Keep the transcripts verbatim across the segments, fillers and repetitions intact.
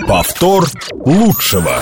Повтор лучшего.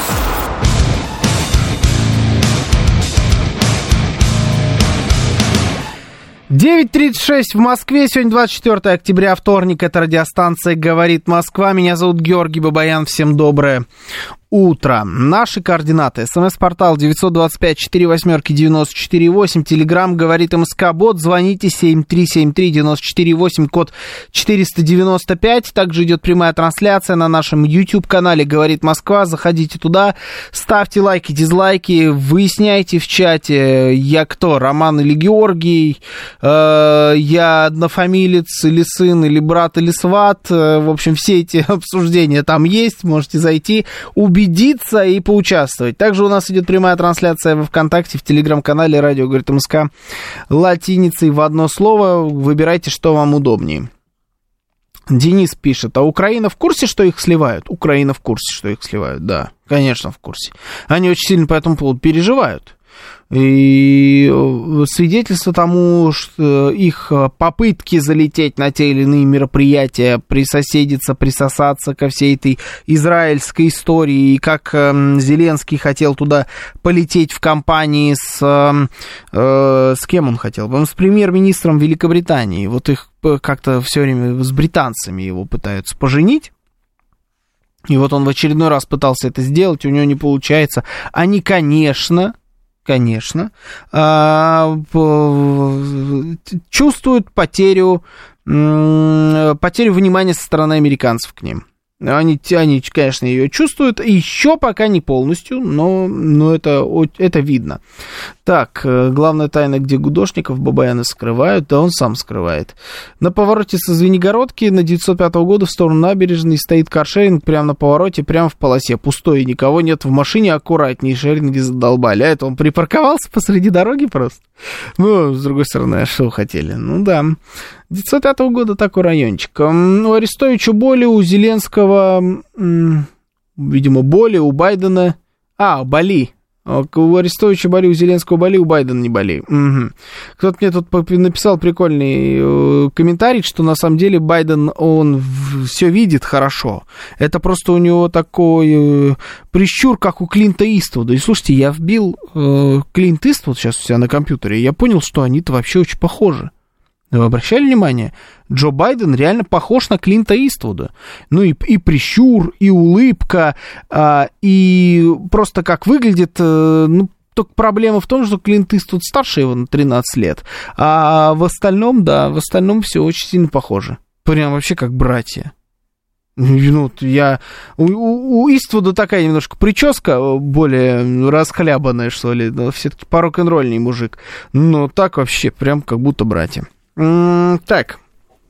девять тридцать шесть в Москве. Сегодня двадцать четвёртое октября, вторник. Это радиостанция «Говорит Москва». Меня зовут Георгий Бабаян. Всем доброе утро. Наши координаты. СМС-портал девять два пять четыре восемь девять четыре восемь. Телеграм «Говорит МСК Бот». Звоните семь три семь три девять четыре восемь, код четыреста девяносто пять. Также идет прямая трансляция на нашем YouTube-канале «Говорит Москва». Заходите туда, ставьте лайки, дизлайки, выясняйте в чате, я кто, Роман или Георгий, э, я однофамилец или сын, или брат, или сват. В общем, все эти обсуждения там есть, можете зайти, убедиться убедиться и поучаствовать. Также у нас идет прямая трансляция во ВКонтакте, в Телеграм-канале «Радио Говорит МСК» латиницей в одно слово. Выбирайте, что вам удобнее. Денис пишет: а Украина в курсе, что их сливают? Украина в курсе, что их сливают, да, конечно, в курсе. Они очень сильно по этому поводу переживают. И свидетельство тому, что их попытки залететь на те или иные мероприятия, присоседиться, присосаться ко всей этой израильской истории, и как Зеленский хотел туда полететь в компании с... Э, с кем он хотел? С премьер-министром Великобритании. Вот их как-то все время с британцами его пытаются поженить. И вот он в очередной раз пытался это сделать, у него не получается. Они, конечно... Конечно, чувствуют потерю, потерю внимания со стороны американцев к ним. Они, они, конечно, ее чувствуют, еще пока не полностью, но, но это, это видно. Так, главная тайна, где Гудошников Бабаяна скрывают, да он сам скрывает. На повороте со Звенигородки на девятьсот пятого года в сторону набережной стоит каршеринг прямо на повороте, прямо в полосе. Пустой, никого нет в машине, аккуратнее, шеринги задолбали. А это он припарковался посреди дороги просто? Ну, с другой стороны, а что вы хотели? Ну да. девятьсот пятого года такой райончик. У Арестовича боли, у Зеленского, видимо, боли, у Байдена... А, боли. У Арестовича боли, у Зеленского боли, у Байдена не боли. Угу. Кто-то мне тут написал прикольный комментарий, что на самом деле Байден, он все видит хорошо. Это просто у него такой прищур, как у Клинта Иствуда. И слушайте, я вбил э, Клинт Иствуд сейчас у себя на компьютере, и я понял, что они-то вообще очень похожи. Вы обращали внимание? Джо Байден реально похож на Клинта Иствуда. Ну и, и прищур, и улыбка, а, и просто как выглядит... А, ну, только проблема в том, что Клинт Иствуд старше его на тринадцать лет. А в остальном, да, в остальном все очень сильно похоже. Прям вообще как братья. Ну, я... У, у, у Иствуда такая немножко прическа, более расхлябанная, что ли. Но все-таки по-рок-н-ролльный мужик. Но так вообще, прям как будто братья. Так,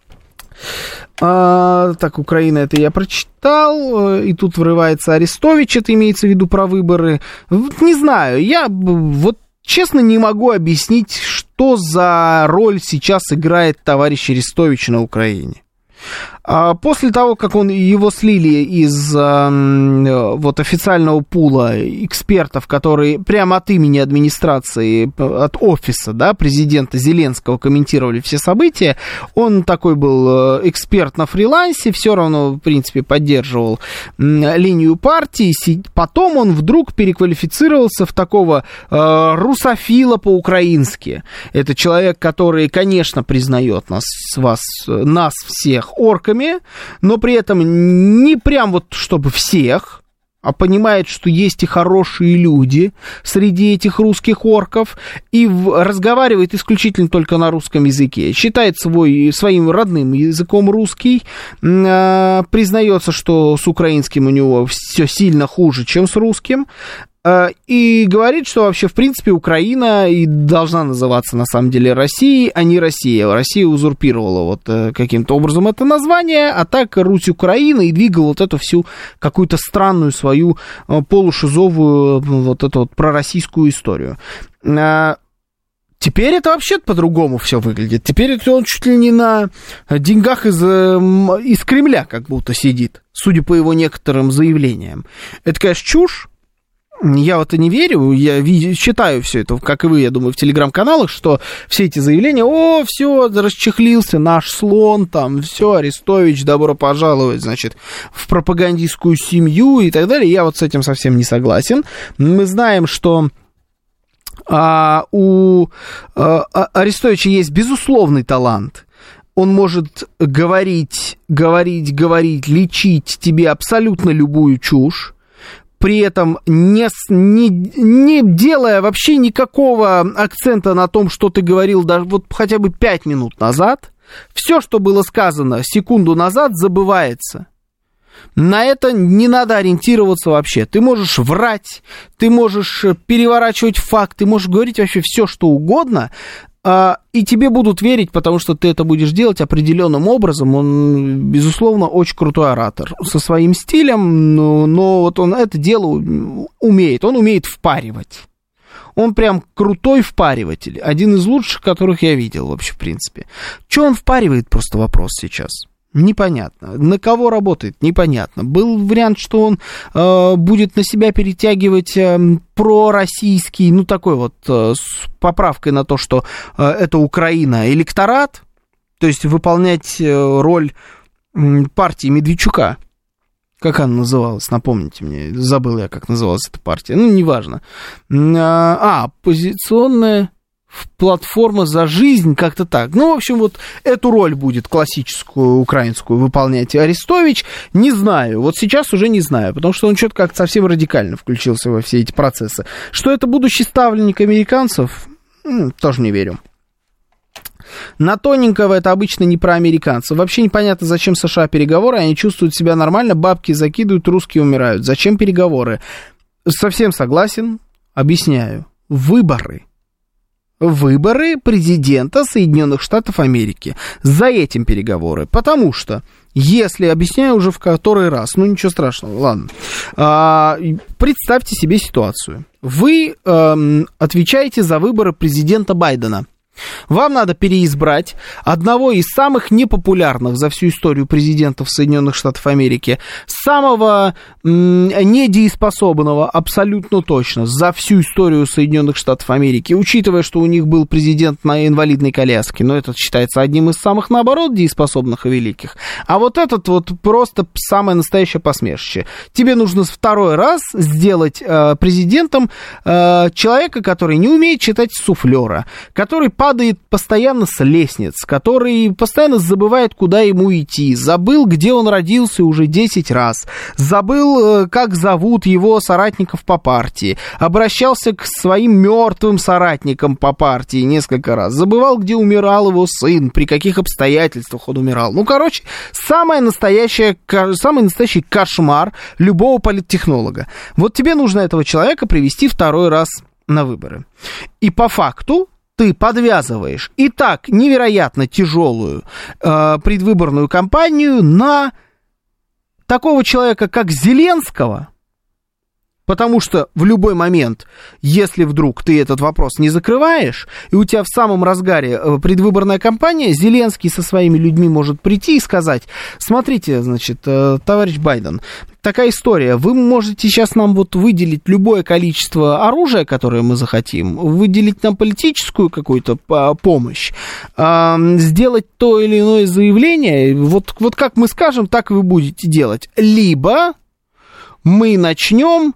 а, так, Украина, это я прочитал, и тут врывается Арестович, это имеется в виду про выборы. Не знаю, я вот честно не могу объяснить, что за роль сейчас играет товарищ Арестович на Украине. После того, как он, его слили из э, вот, официального пула экспертов, которые прямо от имени администрации, от офиса, да, президента Зеленского комментировали все события, он такой был эксперт на фрилансе, все равно, в принципе, поддерживал э, линию партии. Потом он вдруг переквалифицировался в такого э, русофила по-украински. Это человек, который, конечно, признает нас, вас, нас всех орками, но при этом не прям вот чтобы всех, а понимает, что есть и хорошие люди среди этих русских орков, и в, разговаривает исключительно только на русском языке, считает свой, своим родным языком русский, э, признается, что с украинским у него все сильно хуже, чем с русским, э, и говорит, что вообще, в принципе, Украина и должна называться, на самом деле, Россией, а не Россия. Россия узурпировала вот э, каким-то образом это название, а так Русь Украина, и двигала вот эту всю какую-то странную свою э, полушизовую, вот эту вот пророссийскую историю. Э, Теперь это вообще по-другому все выглядит. Теперь это он чуть ли не на деньгах из, из Кремля как будто сидит, судя по его некоторым заявлениям. Это, конечно, чушь. Я в это не верю, я ви- читаю все это, как и вы, я думаю, в телеграм-каналах, что все эти заявления, о, все, расчехлился наш слон, там, все, Арестович, добро пожаловать, значит, в пропагандистскую семью и так далее, я вот с этим совсем не согласен. Мы знаем, что а, у а, Арестовича есть безусловный талант. Он может говорить, говорить, говорить, лечить тебе абсолютно любую чушь, при этом не, не, не делая вообще никакого акцента на том, что ты говорил даже вот хотя бы пять минут назад. Все, что было сказано секунду назад, забывается. На это не надо ориентироваться вообще. Ты можешь врать, ты можешь переворачивать факт, ты можешь говорить вообще все, что угодно, и тебе будут верить, потому что ты это будешь делать определенным образом. Он, безусловно, очень крутой оратор со своим стилем, но, но вот он это дело умеет. Он умеет впаривать. Он прям крутой впариватель. Один из лучших, которых я видел вообще, в принципе. Что он впаривает, просто вопрос сейчас. Непонятно. На кого работает? Непонятно. Был вариант, что он э, будет на себя перетягивать э, пророссийский, ну, такой вот, э, с поправкой на то, что э, это Украина, электорат, то есть выполнять э, роль э, партии Медведчука. Как она называлась? Напомните мне. Забыл я, как называлась эта партия. Ну, неважно. А, оппозиционная... платформа за жизнь, как-то так. Ну, в общем, вот эту роль будет классическую украинскую выполнять Арестович. Не знаю, вот сейчас уже не знаю, потому что он что-то как-то совсем радикально включился во все эти процессы. Что это будущий ставленник американцев, тоже не верю. На тоненького это обычно не про американцев. Вообще непонятно, зачем США переговоры, они чувствуют себя нормально, бабки закидывают, русские умирают. Зачем переговоры? Совсем согласен, объясняю. Выборы. Выборы президента Соединенных Штатов Америки. За этим переговоры. Потому что, если, объясняю уже в который раз, ну ничего страшного, ладно. А, представьте себе ситуацию. Вы а, отвечаете за выборы президента Байдена. Вам надо переизбрать одного из самых непопулярных за всю историю президентов Соединенных Штатов Америки, самого м- недееспособного, абсолютно точно, за всю историю Соединенных Штатов Америки, учитывая, что у них был президент на инвалидной коляске, но этот считается одним из самых, наоборот, дееспособных и великих, а вот этот вот просто самое настоящее посмешище. Тебе нужно второй раз сделать э, президентом э, человека, который не умеет читать суфлера, который по падает постоянно с лестниц, который постоянно забывает, куда ему идти, забыл, где он родился уже десять раз, забыл, как зовут его соратников по партии, обращался к своим мертвым соратникам по партии несколько раз, забывал, где умирал его сын, при каких обстоятельствах он умирал. Ну, короче, самое настоящее, самый настоящий кошмар любого политтехнолога. Вот тебе нужно этого человека привести второй раз на выборы. И по факту ты подвязываешь и так невероятно тяжелую э, предвыборную кампанию на такого человека, как Зеленского, потому что в любой момент, если вдруг ты этот вопрос не закрываешь, и у тебя в самом разгаре предвыборная кампания, Зеленский со своими людьми может прийти и сказать: смотрите, значит, товарищ Байден, такая история, вы можете сейчас нам вот выделить любое количество оружия, которое мы захотим, выделить нам политическую какую-то помощь, сделать то или иное заявление, вот, вот как мы скажем, так вы будете делать. Либо мы начнем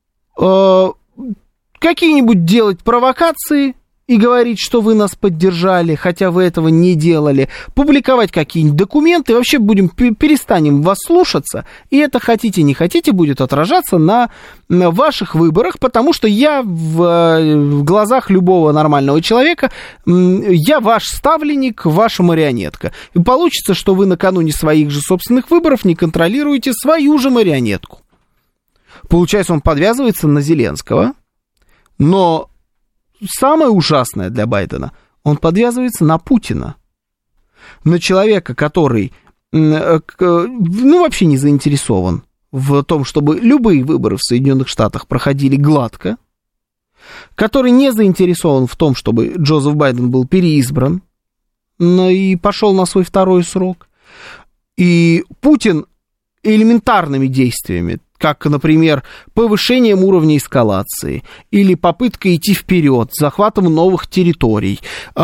какие-нибудь делать провокации и говорить, что вы нас поддержали, хотя вы этого не делали, публиковать какие-нибудь документы, вообще будем, перестанем вас слушаться, и это хотите, не хотите, будет отражаться на, на ваших выборах, потому что я в, в глазах любого нормального человека, я ваш ставленник, ваша марионетка. И получится, что вы накануне своих же собственных выборов не контролируете свою же марионетку. Получается, он подвязывается на Зеленского, но самое ужасное для Байдена, он подвязывается на Путина, на человека, который, ну, вообще не заинтересован в том, чтобы любые выборы в Соединенных Штатах проходили гладко, который не заинтересован в том, чтобы Джозеф Байден был переизбран и пошел на свой второй срок. И Путин элементарными действиями, как, например, повышением уровня эскалации или попытка идти вперед, захватом новых территорий,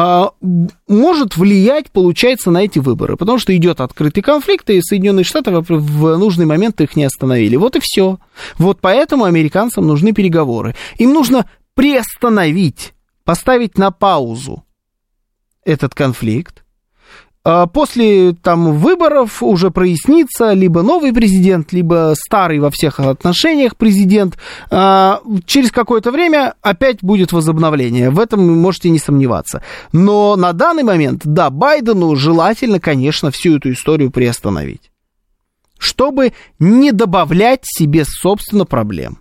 может влиять, получается, на эти выборы, потому что идет открытый конфликт, и Соединенные Штаты в нужный момент их не остановили. Вот и все. Вот поэтому американцам нужны переговоры. Им нужно приостановить, поставить на паузу этот конфликт. После там, выборов уже прояснится либо новый президент, либо старый во всех отношениях президент. Через какое-то время опять будет возобновление. В этом вы можете не сомневаться. Но на данный момент, да, Байдену желательно, конечно, всю эту историю приостановить, чтобы не добавлять себе, собственно, проблем.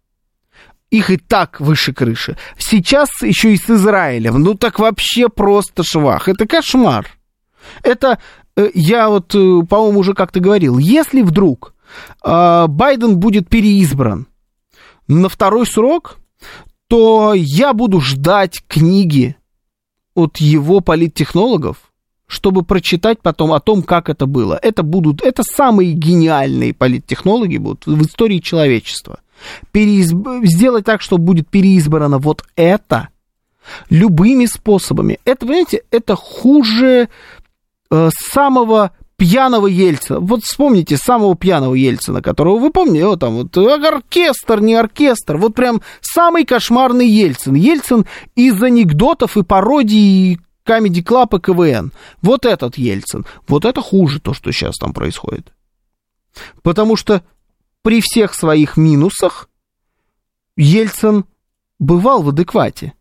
Их и так выше крыши. Сейчас еще и с Израилем. Ну так вообще просто швах. Это кошмар. Это, я вот, по-моему, уже как-то говорил, если вдруг э, Байден будет переизбран на второй срок, то я буду ждать книги от его политтехнологов, чтобы прочитать потом о том, как это было. Это будут, это самые гениальные политтехнологи будут в истории человечества. Переизб... Сделать так, что будет переизбрано вот это любыми способами. Это, понимаете, это хуже самого пьяного Ельцина. Вот вспомните самого пьяного Ельцина, которого вы помните, вот там вот оркестр, не оркестр, вот прям самый кошмарный Ельцин. Ельцин из анекдотов и пародий Comedy Club и КВН. Вот этот Ельцин. Вот это хуже то, что сейчас там происходит. Потому что при всех своих минусах Ельцин бывал в адеквате.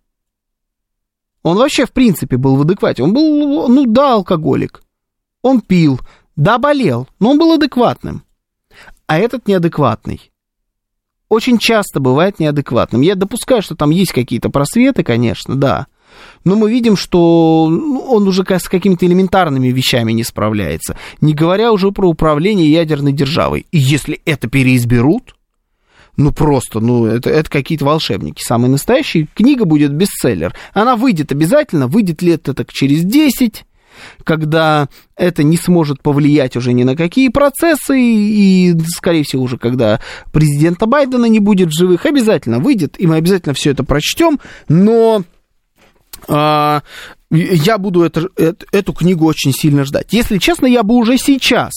Он вообще, в принципе, был в адеквате. Он был, ну да, алкоголик. Он пил, да, болел, но он был адекватным. А этот неадекватный. Очень часто бывает неадекватным. Я допускаю, что там есть какие-то просветы, конечно, да. Но мы видим, что он уже с какими-то элементарными вещами не справляется. Не говоря уже про управление ядерной державой. И если это переизберут... Ну, просто, ну, это, это какие-то волшебники. Самые настоящие. Книга будет бестселлер. Она выйдет обязательно. Выйдет лет это через десять, когда это не сможет повлиять уже ни на какие процессы. И, скорее всего, уже когда президента Байдена не будет в живых, обязательно выйдет. И мы обязательно все это прочтем. Но а, я буду это, это, эту книгу очень сильно ждать. Если честно, я бы уже сейчас...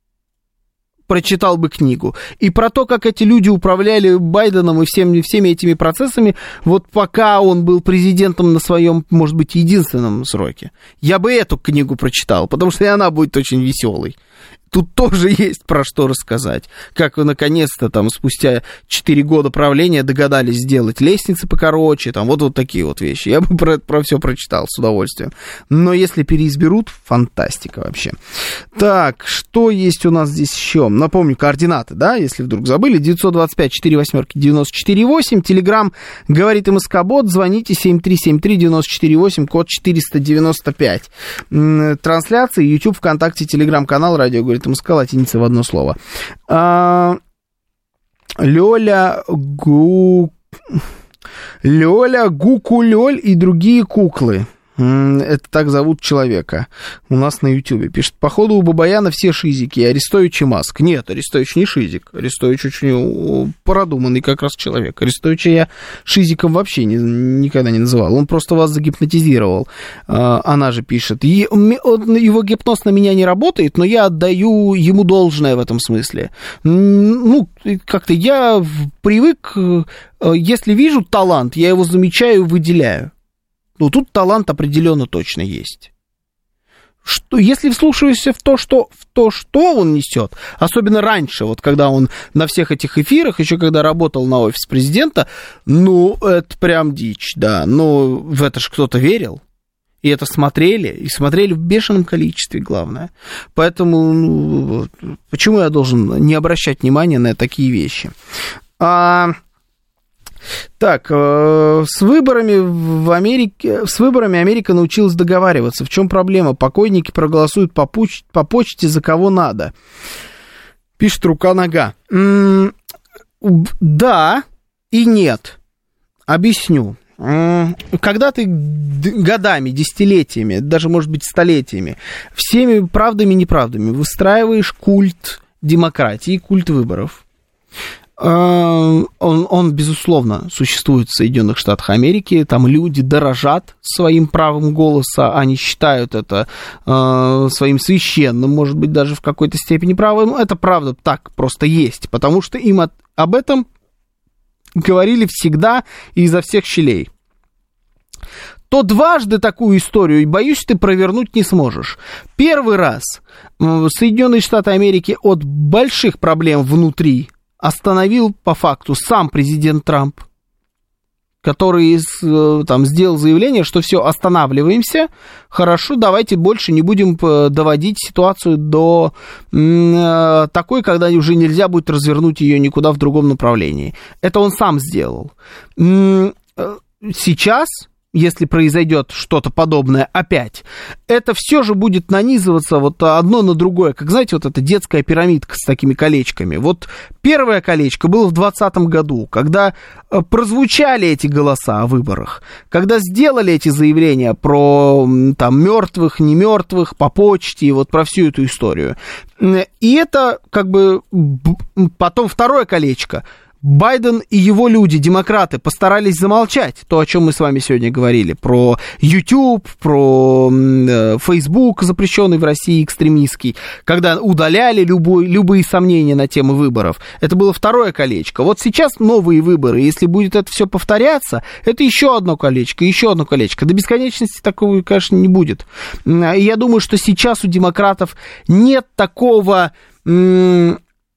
прочитал бы книгу. И про то, как эти люди управляли Байденом и всеми, всеми этими процессами, вот пока он был президентом на своем, может быть, единственном сроке. Я бы эту книгу прочитал, потому что и она будет очень веселой. Тут тоже есть про что рассказать. Как вы, наконец-то, там, спустя четыре года правления догадались сделать лестницы покороче, там, вот, вот такие вот вещи. Я бы про это про все прочитал с удовольствием. Но если переизберут, фантастика вообще. Так, что есть у нас здесь еще? Напомню, координаты, да, если вдруг забыли. девятьсот двадцать пять сорок восемь девяносто четыре восемь. Телеграм говорит МСК-бот. Звоните семь три семь три девяносто четыре восемь, код четыреста девяносто пять. Трансляции, YouTube, ВКонтакте, Телеграм-канал, радио говорит МСК, латиница в одно слово. А, Лёля, Гу... Лёля, Гукулёль и другие куклы. Это так зовут человека у нас на Ютьюбе. Пишет, походу у Бабаяна все шизики, Арестович и Маск. Нет, Арестович не шизик. Арестович очень продуманный как раз человек. Арестовича я шизиком вообще не, никогда не называл. Он просто вас загипнотизировал. Она же пишет, его гипноз на меня не работает, но я отдаю ему должное в этом смысле. Ну, как-то я привык, если вижу талант, я его замечаю, выделяю. Ну, тут талант определенно точно есть. Что, если вслушиваешься в то, что, в то, что он несет, особенно раньше, вот когда он на всех этих эфирах, еще когда работал на офис президента, ну, это прям дичь, да. Но в это же кто-то верил. И это смотрели, и смотрели в бешеном количестве, главное. Поэтому, ну, почему я должен не обращать внимания на такие вещи? А... Так, э, с выборами в Америке, с выборами Америка научилась договариваться. В чем проблема? Покойники проголосуют по, пуч, по почте за кого надо. Пишет рука-нога. М-м- да и нет. Объясню. М-м- когда ты годами, десятилетиями, даже, может быть, столетиями, всеми правдами и неправдами выстраиваешь культ демократии, культ выборов, Он, он, безусловно, существует в Соединенных Штатах Америки. Там люди дорожат своим правом голоса. Они считают это э, своим священным, может быть, даже в какой-то степени правым. Это правда так просто есть, потому что им от, об этом говорили всегда и изо всех щелей. То дважды такую историю, боюсь, ты провернуть не сможешь. Первый раз Соединенные Штаты Америки от больших проблем внутри остановил по факту сам президент Трамп, который там сделал заявление, что все, останавливаемся, хорошо, давайте больше не будем доводить ситуацию до такой, когда уже нельзя будет развернуть ее никуда в другом направлении. Это он сам сделал. Сейчас, если произойдет что-то подобное опять, это все же будет нанизываться вот одно на другое, как, знаете, вот эта детская пирамидка с такими колечками. Вот первое колечко было в двадцатом году, когда прозвучали эти голоса о выборах, когда сделали эти заявления про там мертвых, не мертвых, по почте, и вот про всю эту историю. И это как бы потом второе колечко. Байден и его люди, демократы, постарались замолчать то, о чем мы с вами сегодня говорили, про YouTube, про э, Facebook, запрещенный в России, экстремистский, когда удаляли любой, любые сомнения на тему выборов. Это было второе колечко. Вот сейчас новые выборы, если будет это все повторяться, это еще одно колечко, еще одно колечко. До бесконечности такого, конечно, не будет. Я думаю, что сейчас у демократов нет такого... М-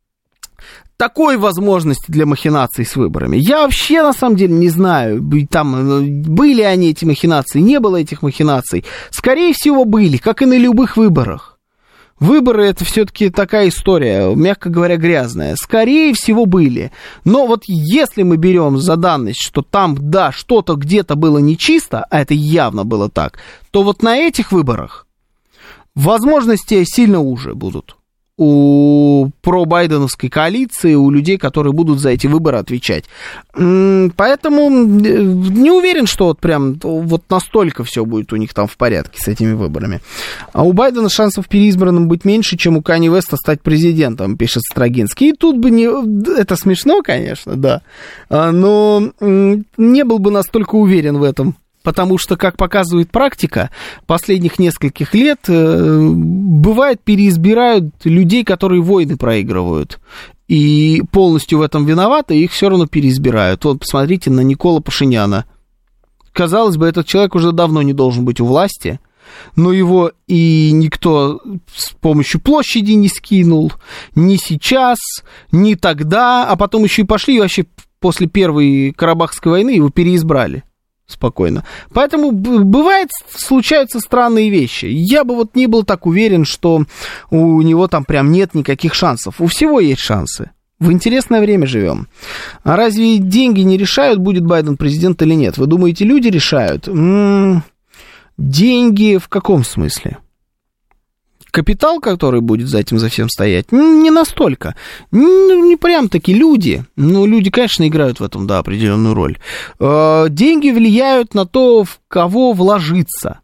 такой возможности для махинаций с выборами. Я вообще, на самом деле, не знаю, там были они, эти махинации, не было этих махинаций. Скорее всего, были, как и на любых выборах. Выборы — это все-таки такая история, мягко говоря, грязная. Скорее всего, были. Но вот если мы берем за данность, что там, да, что-то где-то было нечисто, а это явно было так, то вот на этих выборах возможности сильно уже будут у пробайденовской коалиции, у людей, которые будут за эти выборы отвечать. Поэтому не уверен, что вот прям вот настолько все будет у них там в порядке с этими выборами. А у Байдена шансов переизбранным быть меньше, чем у Канье Уэста стать президентом, пишет Строгинский. И тут бы не... Это смешно, конечно, да. Но не был бы настолько уверен в этом. Потому что, как показывает практика, последних нескольких лет э, бывает переизбирают людей, которые войны проигрывают. И полностью в этом виноваты, их все равно переизбирают. Вот посмотрите на Никола Пашиняна. Казалось бы, этот человек уже давно не должен быть у власти, но его и никто с помощью площади не скинул, ни сейчас, ни тогда, а потом еще и пошли, и вообще после Первой Карабахской войны его переизбрали. Спокойно. Поэтому бывает, случаются странные вещи. Я бы вот не был так уверен, что у него там прям нет никаких шансов. У всего есть шансы. В интересное время живем. А разве деньги не решают, будет Байден президент или нет? Вы думаете, люди решают? М-м- деньги в каком смысле? Капитал, который будет за этим за всем стоять, не настолько. Ну, не прям таки люди. Ну, люди, конечно, играют в этом, да, определенную роль. Деньги влияют на то, в кого вложиться.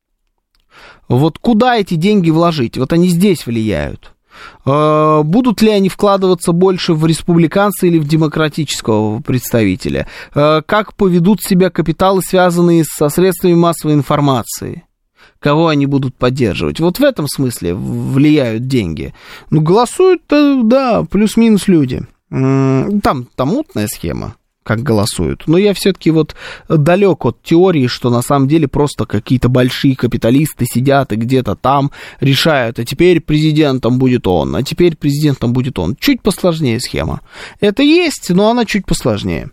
Вот куда эти деньги вложить? Вот они здесь влияют. Будут ли они вкладываться больше в республиканца или в демократического представителя? Как поведут себя капиталы, связанные со средствами массовой информации? Кого они будут поддерживать? Вот в этом смысле влияют деньги. Ну, голосуют-то, да, плюс-минус люди. Там, там мутная схема, как голосуют. Но я все-таки вот далек от теории, что на самом деле просто какие-то большие капиталисты сидят и где-то там решают, а теперь президентом будет он, а теперь президентом будет он. Чуть посложнее схема. Это есть, но она чуть посложнее.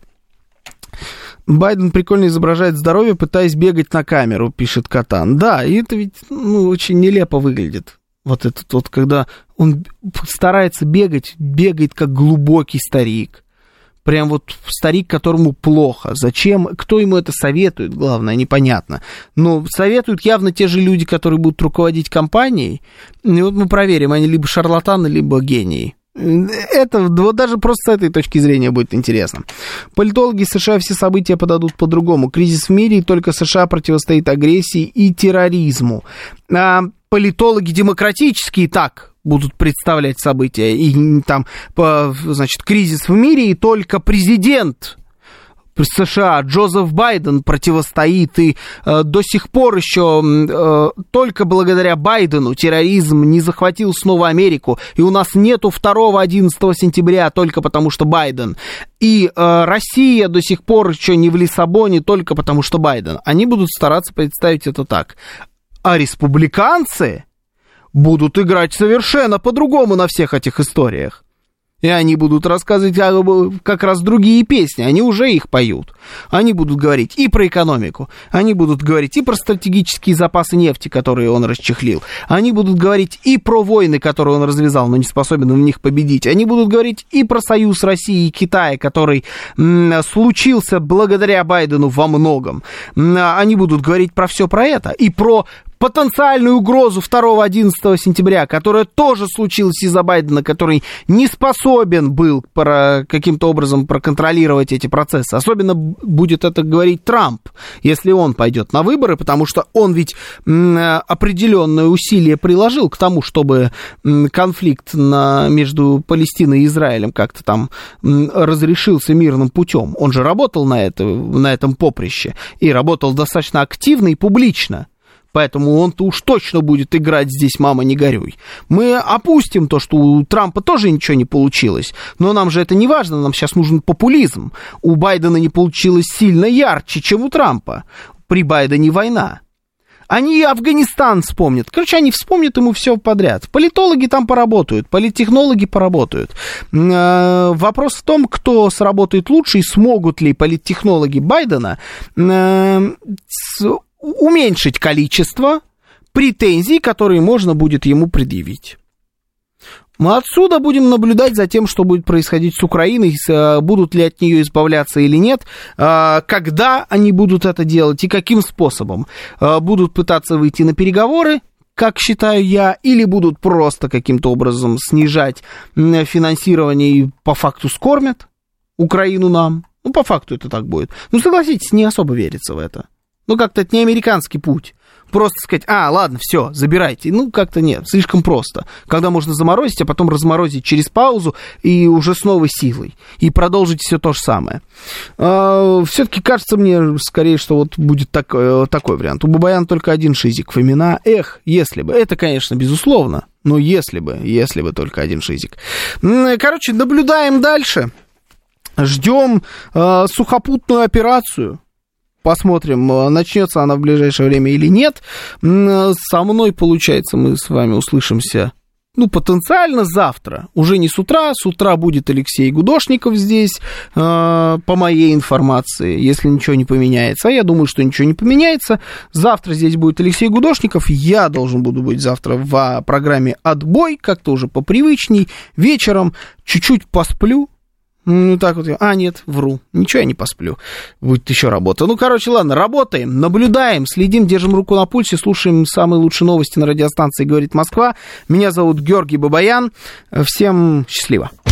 Байден прикольно изображает здоровье, пытаясь бегать на камеру, пишет Катан. Да, и это ведь ну, очень нелепо выглядит. Вот этот вот, когда он старается бегать, бегает как глубокий старик. Прям вот старик, которому плохо. Зачем? Кто ему это советует, главное, непонятно. Но советуют явно те же люди, которые будут руководить компанией. И вот мы проверим, они либо шарлатаны, либо гении. Это вот даже просто с этой точки зрения будет интересно. Политологи США все события подадут по-другому. Кризис в мире, и только США противостоит агрессии и терроризму. А политологи демократические так будут представлять события, и там, значит, кризис в мире, и только президент США Джозеф Байден противостоит, и э, до сих пор еще э, только благодаря Байдену терроризм не захватил снова Америку, и у нас нету второго одиннадцатого сентября только потому, что Байден. И э, Россия до сих пор еще не в Лиссабоне только потому, что Байден. Они будут стараться представить это так. А республиканцы будут играть совершенно по-другому на всех этих историях. И они будут рассказывать как раз другие песни, они уже их поют. Они будут говорить и про экономику, они будут говорить и про стратегические запасы нефти, которые он расчехлил. Они будут говорить и про войны, которые он развязал, но не способен в них победить. Они будут говорить и про союз России и Китая, который м, случился благодаря Байдену во многом. Они будут говорить про все про это и про потенциальную угрозу второго одиннадцатого сентября, которая тоже случилась из-за Байдена, который не способен был про, каким-то образом проконтролировать эти процессы. Особенно будет это говорить Трамп, если он пойдет на выборы, потому что он ведь м, определенные усилия приложил к тому, чтобы м, конфликт на, между Палестиной и Израилем как-то там м, разрешился мирным путем. Он же работал на, это, на этом поприще и работал достаточно активно и публично. Поэтому он-то уж точно будет играть здесь «мама, не горюй». Мы опустим то, что у Трампа тоже ничего не получилось. Но нам же это не важно, нам сейчас нужен популизм. У Байдена не получилось сильно ярче, чем у Трампа. При Байдене война. Они Афганистан вспомнят. Короче, они вспомнят ему все подряд. Политологи там поработают, политтехнологи поработают. Вопрос в том, кто сработает лучше и смогут ли политтехнологи Байдена уменьшить количество претензий, которые можно будет ему предъявить. Мы отсюда будем наблюдать за тем, что будет происходить с Украиной, будут ли от нее избавляться или нет, когда они будут это делать и каким способом. Будут пытаться выйти на переговоры, как считаю я, или будут просто каким-то образом снижать финансирование и по факту скормят Украину нам. Ну, по факту это так будет. Ну, согласитесь, не особо верится в это. Ну, как-то это не американский путь. Просто сказать, а, ладно, все, забирайте. Ну, как-то нет, слишком просто. Когда можно заморозить, а потом разморозить через паузу и уже с новой силой. И продолжить все то же самое. Все-таки кажется мне, скорее, что вот будет такой, такой вариант. У Бабаяна только один шизик. Фомина, эх, если бы. Это, конечно, безусловно. Но если бы, если бы только один шизик. Короче, наблюдаем дальше. Ждем э, сухопутную операцию. Посмотрим, начнется она в ближайшее время или нет. Со мной, получается, мы с вами услышимся, ну, потенциально завтра. Уже не с утра. С утра будет Алексей Гудошников здесь, э, по моей информации, если ничего не поменяется. А я думаю, что ничего не поменяется. Завтра здесь будет Алексей Гудошников. Я должен буду быть завтра в программе «Отбой», как-то уже попривычней. Вечером чуть-чуть посплю. Ну, так вот, а, нет, вру, ничего я не посплю, будет еще работа. Ну, короче, ладно, работаем, наблюдаем, следим, держим руку на пульсе, слушаем самые лучшие новости на радиостанции «Говорит Москва». Меня зовут Георгий Бабаян, всем счастливо.